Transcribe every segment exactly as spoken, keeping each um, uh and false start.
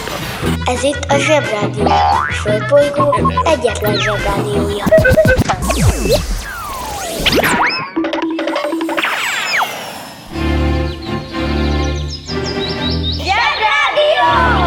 Ez itt a Zsebrádió, a Földbolygó egyetlen Zsebrádiója. Zsebrádió!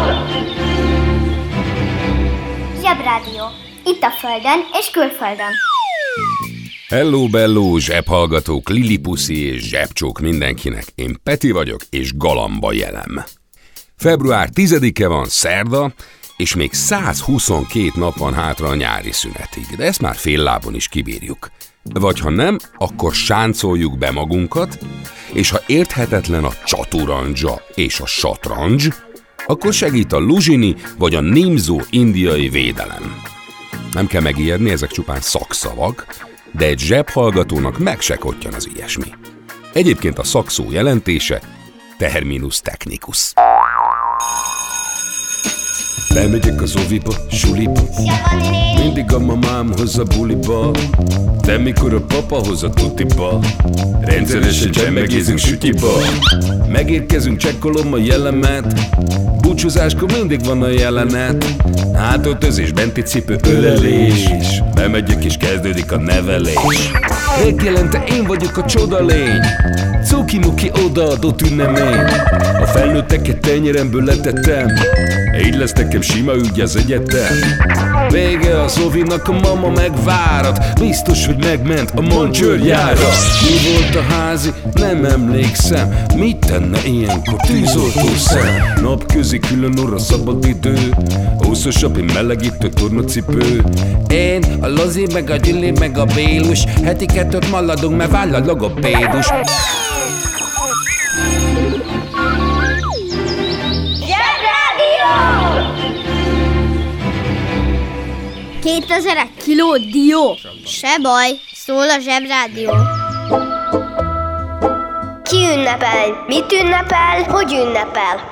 Zsebrádió. Itt a Földön és külföldön. Hello, bello, zsebhallgatók, lilipuszi és zsebcsók mindenkinek. Én Peti vagyok, és galamba jelem. február tizedike van, szerda, és még százhuszonkét nap van hátra a nyári szünetig, de ezt már fél lábon is kibírjuk. Vagy ha nem, akkor sáncoljuk be magunkat, és ha érthetetlen a csaturandzsa és a satrandzs, akkor segít a luzsini vagy a nimzó indiai védelem. Nem kell megijedni, ezek csupán szakszavak, de egy zsebhallgatónak meg se kottyan az ilyesmi. Egyébként a szakszó jelentése terminus technicus. Bemegyek az oviba, suliba, mindig a mamám hoz a buliba, de mikor a papa hoz a tutiba, rendszeresen csemmegézünk sütiba. Megérkezünk, csekkolom a jellemet, búcsúzáskor mindig van a jelenet, hátöltözés, benti cipő, ölelés, bemegyek és kezdődik a nevelés. Megjelente én vagyok a csodalény, cuki-muki odaadott ünnemény, a felnőtteket tenyeremből letettem, így lesz nekem sima ügy az egyetem. Vége a Zovinak, a mama megvárat, biztos, hogy megment a mancsőrjára. Mi volt a házi? Nem emlékszem, mit tenne ilyenkor tűzoltó szem? Napközi külön orra szabad idő, húszosabb, én melegítő tornacipő. Én, a Lozi, meg a Gyüli, meg a Bélus, heti kettőt maladunk, mert váll a logopédus. kétezer kiló dió. Se baj, szól a Zsebrádió. Ki ünnepel? Mit ünnepel? Hogy ünnepel?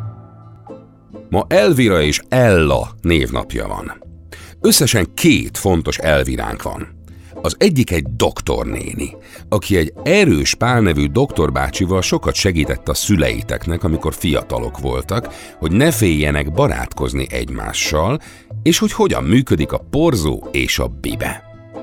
Ma Elvira és Ella névnapja van. Összesen két fontos Elviránk van. Az egyik egy doktornéni, aki egy Erős Pál nevű doktorbácsival sokat segített a szüleiteknek, amikor fiatalok voltak, hogy ne féljenek barátkozni egymással, és hogy hogyan működik a porzó és a bibe.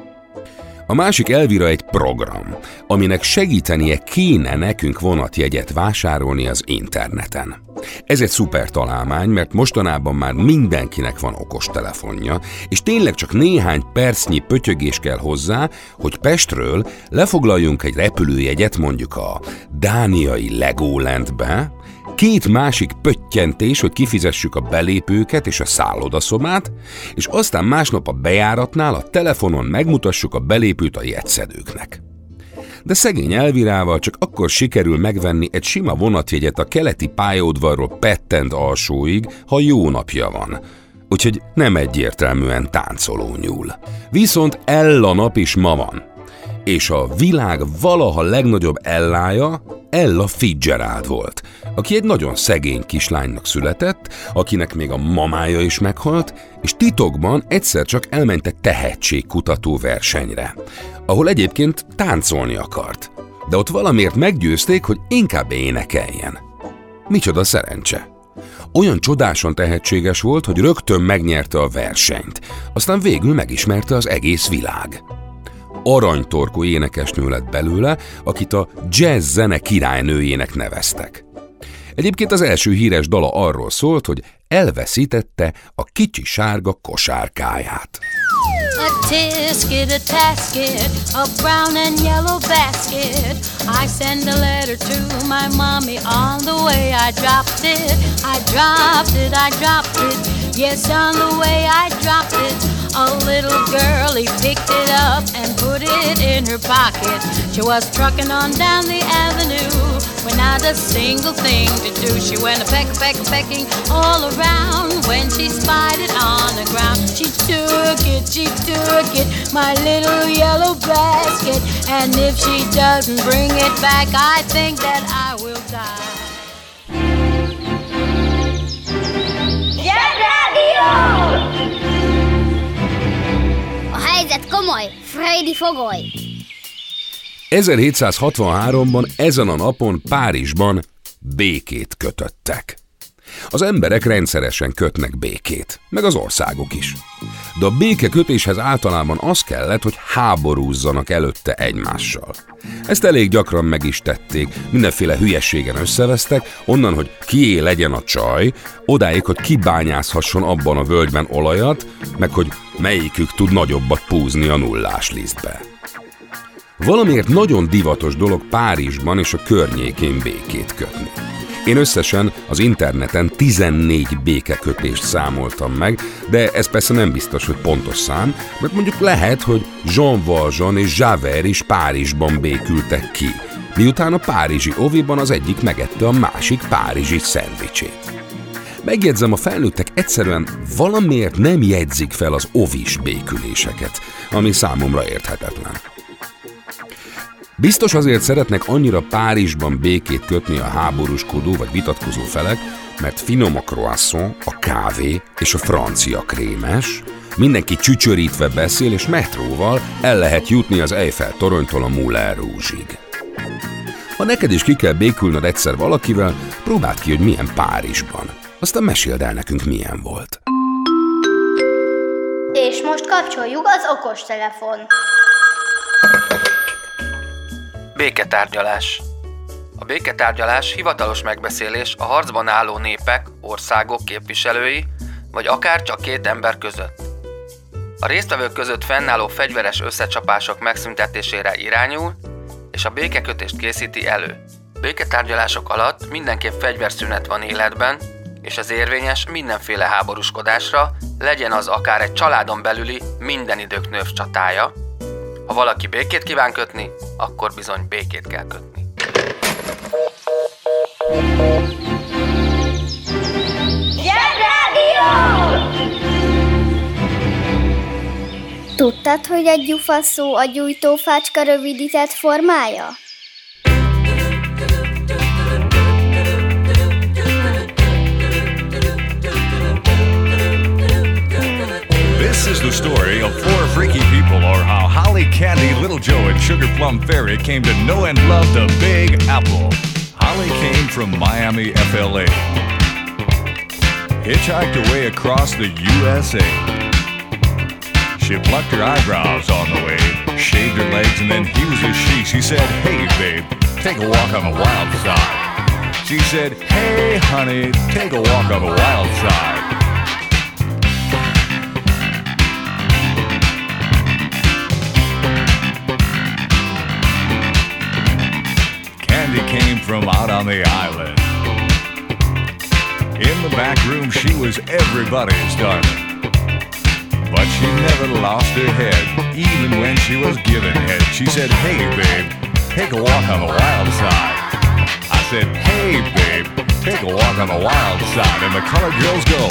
A másik Elvira egy program, aminek segítenie kéne nekünk vonatjegyet vásárolni az interneten. Ez egy szuper találmány, mert mostanában már mindenkinek van okostelefonja, és tényleg csak néhány percnyi pötyögés kell hozzá, hogy Pestről lefoglaljunk egy repülőjegyet mondjuk a dániai Legolandbe, két másik pöttyentés, hogy kifizessük a belépőket és a szállodaszobát, és aztán másnap a bejáratnál a telefonon megmutassuk a belépőt a jegyszedőknek. De szegény Elvirával csak akkor sikerül megvenni egy sima vonatjegyet a keleti pályaudvarról Pettent alsóig, ha jó napja van. Úgyhogy nem egyértelműen táncoló nyúl. Viszont Ella nap is ma van. És a világ valaha legnagyobb Ellája Ella Fitzgerald volt, aki egy nagyon szegény kislánynak született, akinek még a mamája is meghalt, és titokban egyszer csak elment egy tehetségkutató versenyre, ahol egyébként táncolni akart, de ott valamiért meggyőzték, hogy inkább énekeljen. Micsoda szerencse! Olyan csodásan tehetséges volt, hogy rögtön megnyerte a versenyt, aztán végül megismerte az egész világ. Aranytorkú énekesnő lett belőle, akit a jazz zene királynőjének neveztek. Egyébként az első híres dala arról szólt, hogy elveszítette a kicsi sárga kosárkáját. A tisket, a tasket, a brown and yellow basket. I send a letter to my mommy on the way I dropped it. I dropped it, I dropped it. Yes, on the way I dropped it. A little girlie picked it up and put it in her pocket. She was trucking on down the avenue with not a single thing to do. She went a peck, peck, pecking all around when she spied it on the ground. She took it, she took it, my little yellow basket. And if she doesn't bring it back, I think that I will die. A helyzet komoly, Freddy fogoly! ezerhétszázhatvanháromban ezen a napon Párizsban békét kötöttek. Az emberek rendszeresen kötnek békét, meg az országok is. De a békekötéshez általában az kellett, hogy háborúzzanak előtte egymással. Ezt elég gyakran meg is tették, mindenféle hülyességen összevesztek, onnan, hogy kié legyen a csaj, odáig, hogy kibányázhasson abban a völgyben olajat, meg hogy melyikük tud nagyobbat púzni a nullás lisztbe. Valamiért nagyon divatos dolog Párizsban és a környékén békét kötni. Én összesen az interneten tizennégy békekötést számoltam meg, de ez persze nem biztos, hogy pontos szám, mert mondjuk lehet, hogy Jean Valjean és Javert is Párizsban békültek ki, miután a párizsi oviban az egyik megette a másik párizsi szendvicsét. Megjegyzem, a felnőttek egyszerűen valamiért nem jegyzik fel az ovis béküléseket, ami számomra érthetetlen. Biztos azért szeretnek annyira Párizsban békét kötni a háborúskodó vagy vitatkozó felek, mert finom a croissant, a kávé és a francia krémes, mindenki csücsörítve beszél, és metróval el lehet jutni az Eiffel toronytól a Moulin Rouge-ig. Ha neked is ki kell békülnöd egyszer valakivel, próbáld ki, hogy milyen Párizsban. Aztán meséld el nekünk, milyen volt. És most kapcsoljuk az okostelefon. Béketárgyalás. A béketárgyalás hivatalos megbeszélés a harcban álló népek, országok képviselői, vagy akár csak két ember között. A résztvevők között fennálló fegyveres összecsapások megszüntetésére irányul, és a békekötést készíti elő. Béketárgyalások alatt mindenképp fegyverszünet van életben, és az érvényes mindenféle háborúskodásra, legyen az akár egy családon belüli minden idők nőv csatája. Ha valaki békét kíván kötni, akkor bizony békét kell kötni. Zsebrádió! Tudtad, hogy egy gyufa szó a gyújtófácska rövidített formája? This is the story of four freaky people, or how Holly, Candy, Little Joe, and Sugar Plum Fairy came to know and love the Big Apple. Holly came from Miami, F L A, hitchhiked away across the U S A. She plucked her eyebrows on the way, shaved her legs, and then he was a she. She said, "Hey, babe, take a walk on the wild side." She said, "Hey, honey, take a walk on the wild side." Came from out on the island. In the back room she was everybody's darling, but she never lost her head, even when she was given head. She said, "Hey babe, take a walk on the wild side." I said, "Hey babe, take a walk on the wild side." And the colored girls go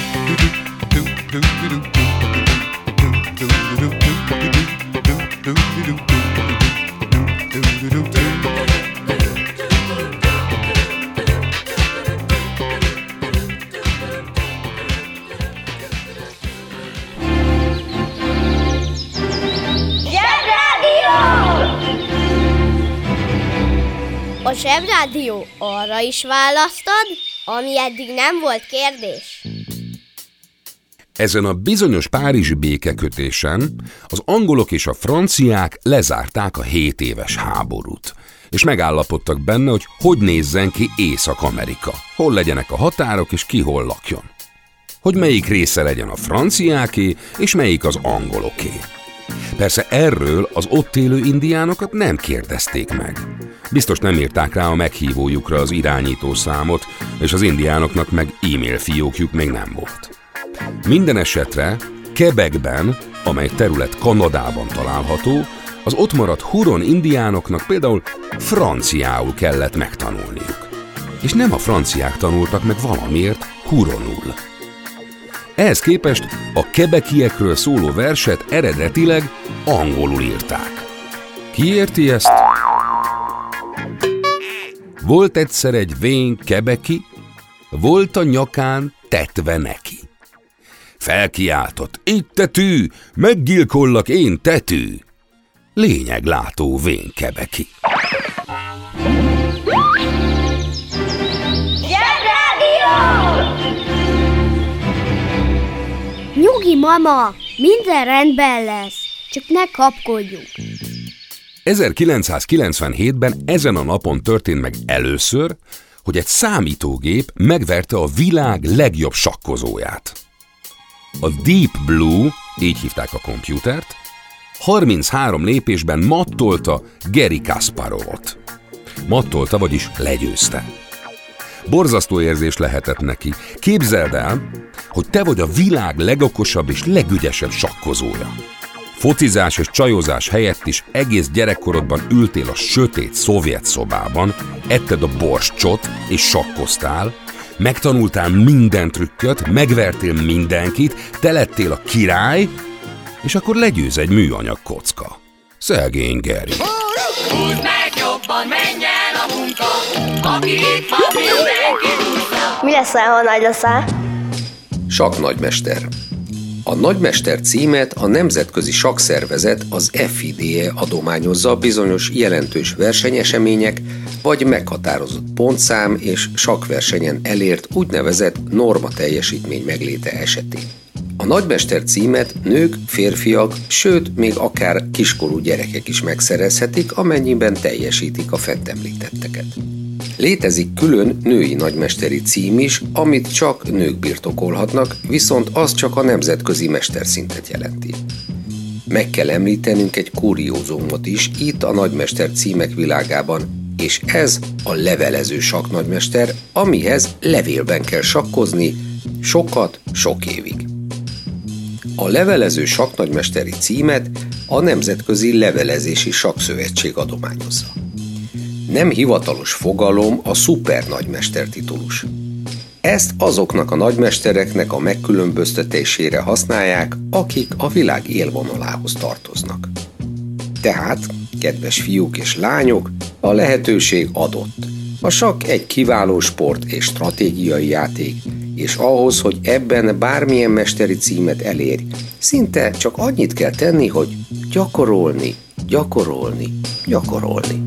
A Zsebrádió arra is választad, ami eddig nem volt kérdés. Ezen a bizonyos párizsi békekötésen az angolok és a franciák lezárták a hét éves háborút, és megállapodtak benne, hogy hogy nézzen ki Észak-Amerika, hol legyenek a határok és ki hol lakjon. Hogy melyik része legyen a franciáké és melyik az angoloké. Persze erről az ott élő indiánokat nem kérdezték meg. Biztos nem írták rá a meghívójukra az irányítószámot, és az indiánoknak meg e-mail fiókjuk még nem volt. Minden esetre Quebecben, amely terület Kanadában található, az ott maradt huron indiánoknak például franciául kellett megtanulniuk. És nem a franciák tanultak meg valamiért huronul. Ehhez képest a quebeciekről szóló verset eredetileg angolul írták. Ki érti ezt? Volt egyszer egy vén quebeci, volt a nyakán tetve neki. Felkiáltott, itt tetű, meggyilkollak én tetű. Lényeglátó vén quebeci. Zsebrádió! mama, minden rendben lesz, csak ne kapkodjunk. ezerkilencszázkilencvenhétben ezen a napon történt meg először, hogy egy számítógép megverte a világ legjobb sakkozóját. A Deep Blue, így hívták a kompjútert, harminchárom lépésben mattolta Garry Kasparovot. Mattolta, vagyis legyőzte. Borzasztó érzés lehetett neki. Képzeld el, hogy te vagy a világ legokosabb és legügyesebb sakkozója. Focizás és csajozás helyett is egész gyerekkorodban ültél a sötét szovjet szobában, etted a borscsot és sakkoztál, megtanultál minden trükköt, megvertél mindenkit, te lettél a király, és akkor legyőz egy műanyag kocka. Szegény Geri. Húzd meg jobban, menjen a munka, aki itt van, mindenki húzza. Mi leszel, ha nagy leszel? Sakknagymester. A nagymester címet a Nemzetközi Sakkszervezet, az F I D E adományozza bizonyos jelentős versenyesemények vagy meghatározott pontszám és sakkversenyen elért úgynevezett norma teljesítmény megléte esetén. A nagymester címet nők, férfiak, sőt, még akár kiskorú gyerekek is megszerezhetik, amennyiben teljesítik a fent említetteket. Létezik külön női nagymesteri cím is, amit csak nők birtokolhatnak, viszont az csak a nemzetközi mesterszintet jelenti. Meg kell említenünk egy kuriózumot is itt a nagymester címek világában, és ez a levelező sakknagymester, amihez levélben kell sakkozni, sokat, sok évig. A levelező sakknagymesteri címet a Nemzetközi Levelezési Sakkszövetség adományozza. Nem hivatalos fogalom a szupernagymester titulus. Ezt azoknak a nagymestereknek a megkülönböztetésére használják, akik a világ élvonalához tartoznak. Tehát, kedves fiúk és lányok, a lehetőség adott. A sakk egy kiváló sport és stratégiai játék, és ahhoz, hogy ebben bármilyen mesteri címet elérj, szinte csak annyit kell tenni, hogy gyakorolni, gyakorolni, gyakorolni.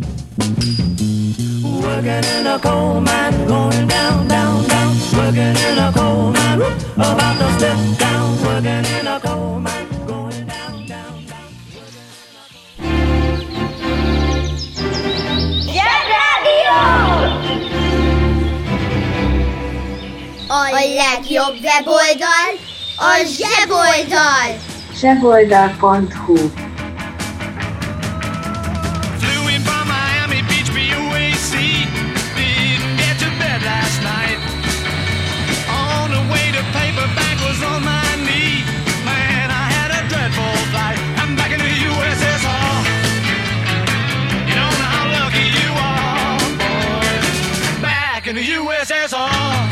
Working in a coal mine, going down, down, down. Working in a coal mine, about to step down. Working in a coal mine, going down, down, down. Zsebrádió! A legjobb weboldal a zseboldal! zseboldal pont hu in the U S S R.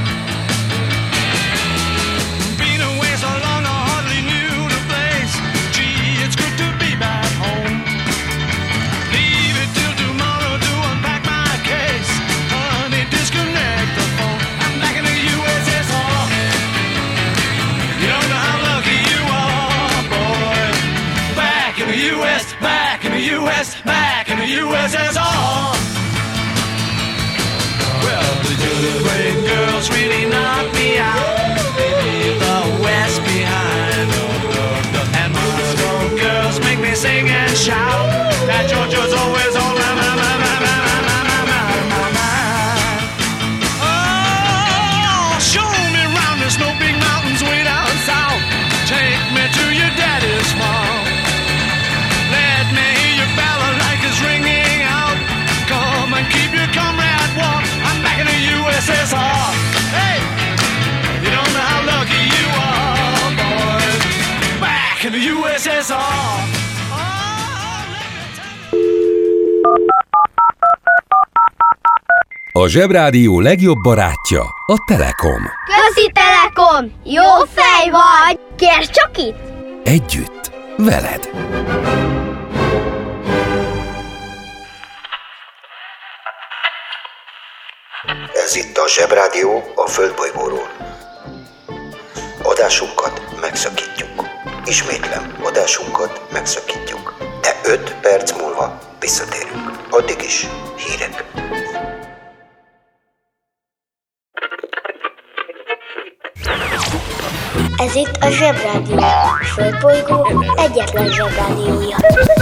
Been away so long I hardly knew the place. Gee, it's good to be back home. Leave it till tomorrow to unpack my case. Honey, disconnect the phone. I'm back in the U S S R. You don't know how lucky you are, boy. Back in the U S, back in the U S, back in the U S S R. Well, the good girls really knock me out. They leave the West behind. And Moscow girls make me sing and shout. That Georgia's always on my, my, my, my, my, my, my, my, my mind. Oh, show me round the snow big mountains way down south. Take me to your daddy's farm. Let me hear your balalaikas ringing out. Come and keep your comrade warm. I'm back in the U S S R. Hey, you don't know how lucky you are, boys. Back in the U S S R. A Zsebrádió legjobb barátja a Telekom. Közi Telekom! Jó fej vagy! Kérd csak itt! Együtt, veled. Ez itt a Zsebrádió a Földbolygóról. Adásunkat megszakítjuk. Ismétlem, adásunkat megszakítjuk. De öt perc múlva visszatérünk. Addig is hírek. Ez itt a Zsebrádió, a Földbolygó egyetlen Zsebrádiója.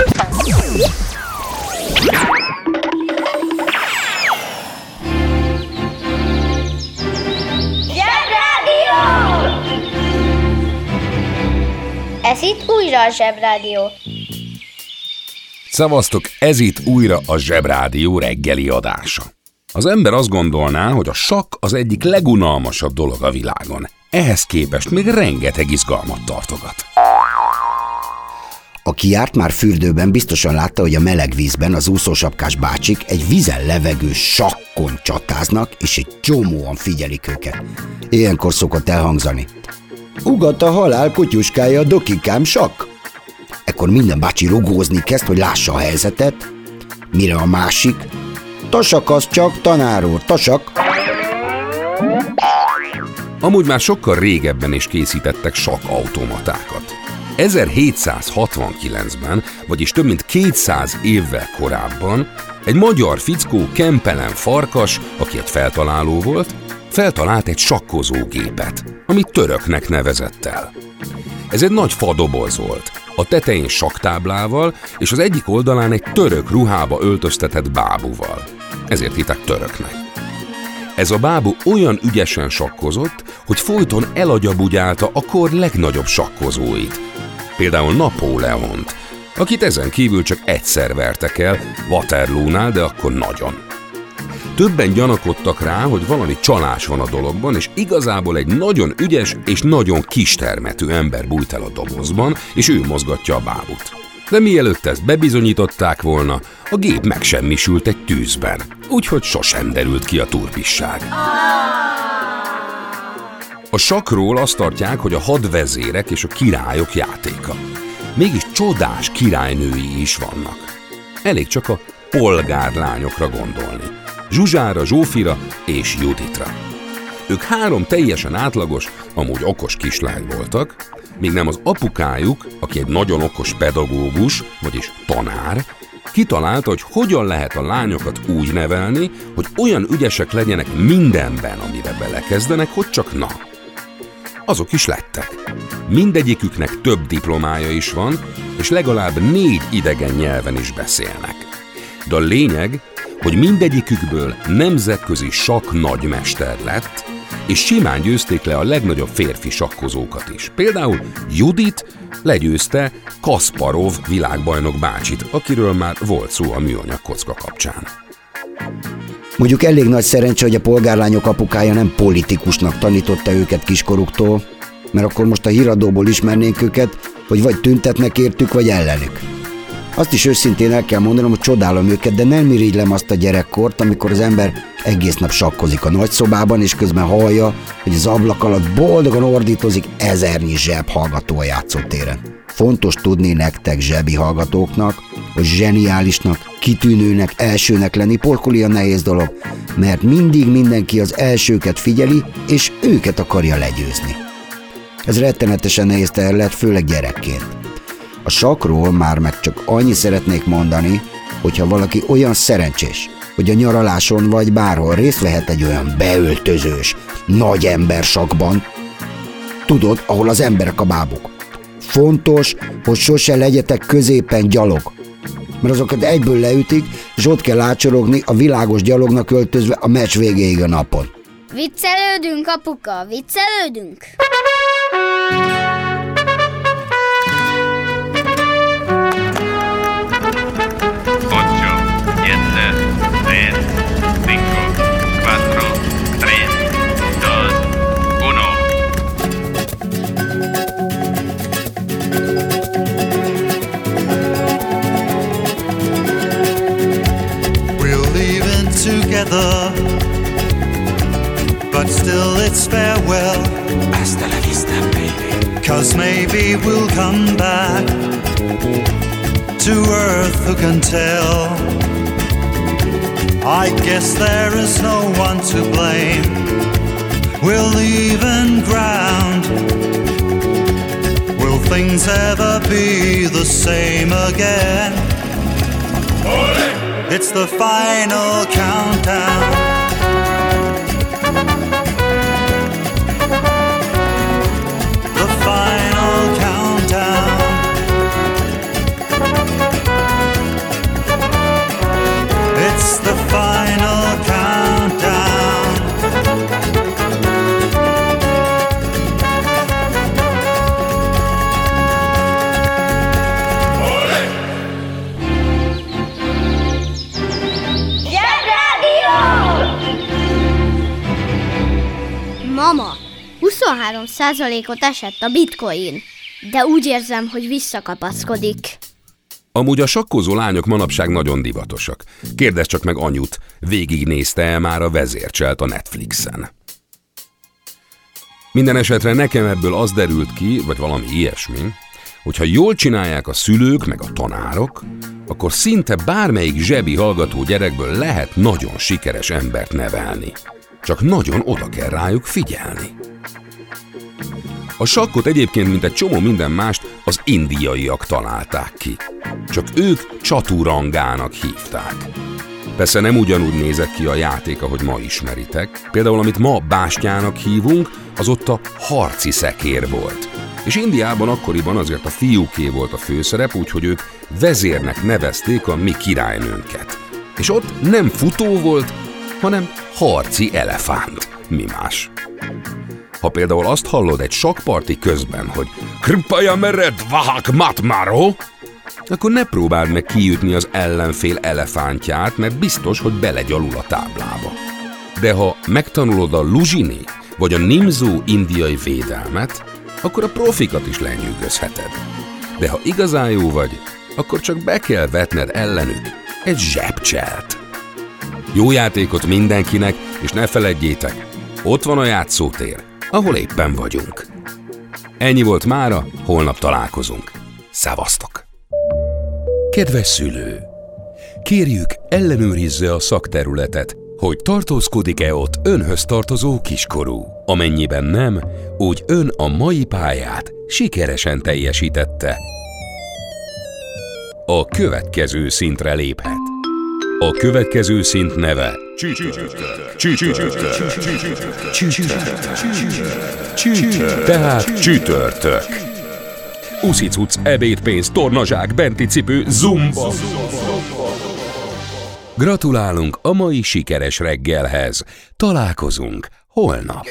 Zsebrádió! Ez itt újra a Zsebrádió. Szevasztok, ez itt újra a Zsebrádió reggeli adása. Az ember azt gondolná, hogy a sakk az egyik legunalmasabb dolog a világon. Ehhez képest még rengeteg izgalmat tartogat. Aki járt már fürdőben, biztosan látta, hogy a meleg vízben az úszósapkás bácsik egy vízen levegő sakkon csatáznak, és egy csomóan figyelik őket. Ilyenkor szokott elhangzani: ugat a halál kutyuskája, dokikám, sakk! Ekkor minden bácsi rugózni kezd, hogy lássa a helyzetet, mire a másik: tasak az csak, tanár úr, tasak! Amúgy már sokkal régebben is készítettek sakkautomatákat. ezerhétszázhatvankilencben, vagyis több mint kétszáz évvel korábban egy magyar fickó, Kempelen Farkas, aki egy feltaláló volt, feltalált egy sakkozógépet, amit töröknek nevezett el. Ez egy nagy fadoboz volt, a tetején sakktáblával, és az egyik oldalán egy török ruhába öltöztetett bábuval. Ezért hívták töröknek. Ez a bábu olyan ügyesen sakkozott, hogy folyton elagyabugyálta a kor legnagyobb sakkozóit. Például Napóleont, akit ezen kívül csak egyszer vertek el, Waterloonál, de akkor nagyon. Többen gyanakodtak rá, hogy valami csalás van a dologban, és igazából egy nagyon ügyes és nagyon kistermetű ember bújt el a dobozban, és ő mozgatja a bábut. De mielőtt ezt bebizonyították volna, a gép megsemmisült egy tűzben, úgyhogy sosem derült ki a turpisság. A sakkról azt tartják, hogy a hadvezérek és a királyok játéka. Mégis csodás királynői is vannak. Elég csak a polgárlányokra gondolni. Zsuzsára, Zsófira és Juditra. Ők három teljesen átlagos, amúgy okos kislány voltak, míg nem az apukájuk, aki egy nagyon okos pedagógus, vagyis tanár, kitalálta, hogy hogyan lehet a lányokat úgy nevelni, hogy olyan ügyesek legyenek mindenben, amiben belekezdenek, hogy csak na. Azok is lettek. Mindegyiküknek több diplomája is van, és legalább négy idegen nyelven is beszélnek. De a lényeg, hogy mindegyikükből nemzetközi sakk nagymester lett, és simán győzték le a legnagyobb férfi sakkozókat is. Például Judit legyőzte Kasparov világbajnok bácsit, akiről már volt szó a műanyag kocka kapcsán. Mondjuk elég nagy szerencse, hogy a polgárlányok apukája nem politikusnak tanította őket kiskoruktól, mert akkor most a híradóból ismernénk őket, hogy vagy tüntetnek értük, vagy ellenük. Azt is őszintén el kell mondanom, hogy csodálom őket, de nem irigylem azt a gyerekkort, amikor az ember egész nap sakkozik a nagyszobában, és közben hallja, hogy az ablak alatt boldogan ordítozik ezernyi zseb hallgató a játszótéren. Fontos tudni nektek, zsebi hallgatóknak, hogy zseniálisnak, kitűnőnek, elsőnek lenni porkoli a nehéz dolog, mert mindig mindenki az elsőket figyeli, és őket akarja legyőzni. Ez rettenetesen nehéz terület, főleg gyerekként. A sakkról már meg csak annyi szeretnék mondani, hogyha valaki olyan szerencsés, hogy a nyaraláson vagy bárhol részt vehet egy olyan beöltözős, nagy ember sakkban, tudod, ahol az emberek a bábuk. Fontos, hogy sose legyetek középen gyalog, mert azokat egyből leütik, és ott kell ácsorogni a világos gyalognak öltözve a meccs végéig a napon. Viccelődünk, apuka, viccelődünk! Together, but still it's farewell. Hasta la vista, baby. 'Cause maybe we'll come back to earth, who can tell? I guess there is no one to blame. We'll even ground. Will things ever be the same again? Ole! It's the final countdown. Mama, huszonhárom százalékot esett a bitcoin, de úgy érzem, hogy visszakapaszkodik. Amúgy a sakkozó lányok manapság nagyon divatosak. Kérdezd csak meg anyut, végignézte-e már a Vezércselt a Netflixen. Minden esetre nekem ebből az derült ki, vagy valami ilyesmi, hogyha jól csinálják a szülők meg a tanárok, akkor szinte bármelyik zsebi hallgató gyerekből lehet nagyon sikeres embert nevelni. Csak nagyon oda kell rájuk figyelni. A sakkot egyébként, mint egy csomó minden mást, az indiaiak találták ki. Csak ők csaturangának hívták. Persze nem ugyanúgy nézett ki a játék, ahogy ma ismeritek. Például, amit ma bástyának hívunk, az ott a harci szekér volt. És Indiában akkoriban azért a fiúké volt a főszerep, úgyhogy ők vezérnek nevezték a mi királynőnket. És ott nem futó volt, hanem harci elefánt. Mi más? Ha például azt hallod egy sakkparti közben, hogy Kripaja mered vahak matmaro, akkor ne próbáld meg kiütni az ellenfél elefántját, mert biztos, hogy belegyalul a táblába. De ha megtanulod a luzsini vagy a nimzó indiai védelmet, akkor a profikat is lenyűgözheted. De ha igazán jó vagy, akkor csak be kell vetned ellenük egy zsebcselt. Jó játékot mindenkinek, és ne feledjétek, ott van a játszótér, ahol éppen vagyunk. Ennyi volt mára, holnap találkozunk. Szevasztok! Kedves szülő! Kérjük, ellenőrizze a szakterületet, hogy tartózkodik-e ott önhöz tartozó kiskorú. Amennyiben nem, úgy ön a mai pályát sikeresen teljesítette. A következő szintre léphet. A következő szint neve Csütörtök. Tehát csütörtök. Uszicuc, ebédpénz, tornazsák, benti cipő, zumba. Gratulálunk a mai sikeres reggelhez. Találkozunk holnap.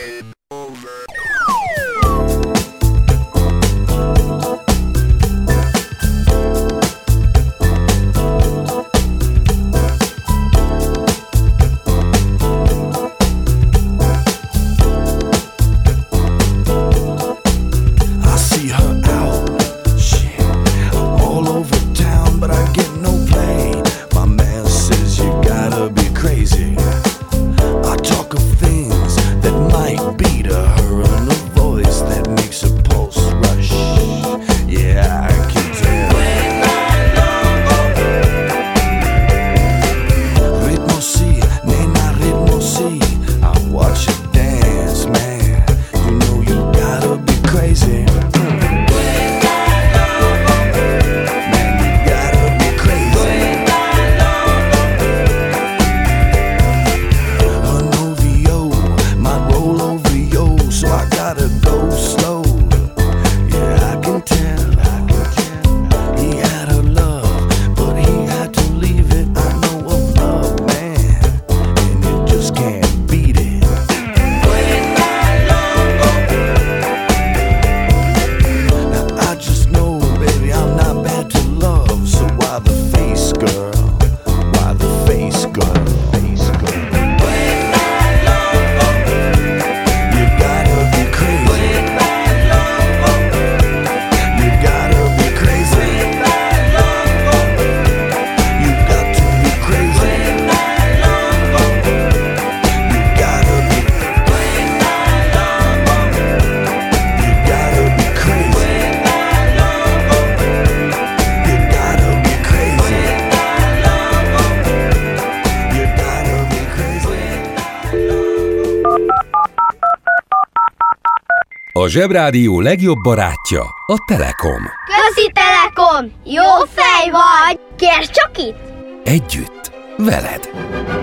A Zsebrádió legjobb barátja a Telekom. Közi Telekom! Jó fej vagy! Kérd csak itt! Együtt, veled!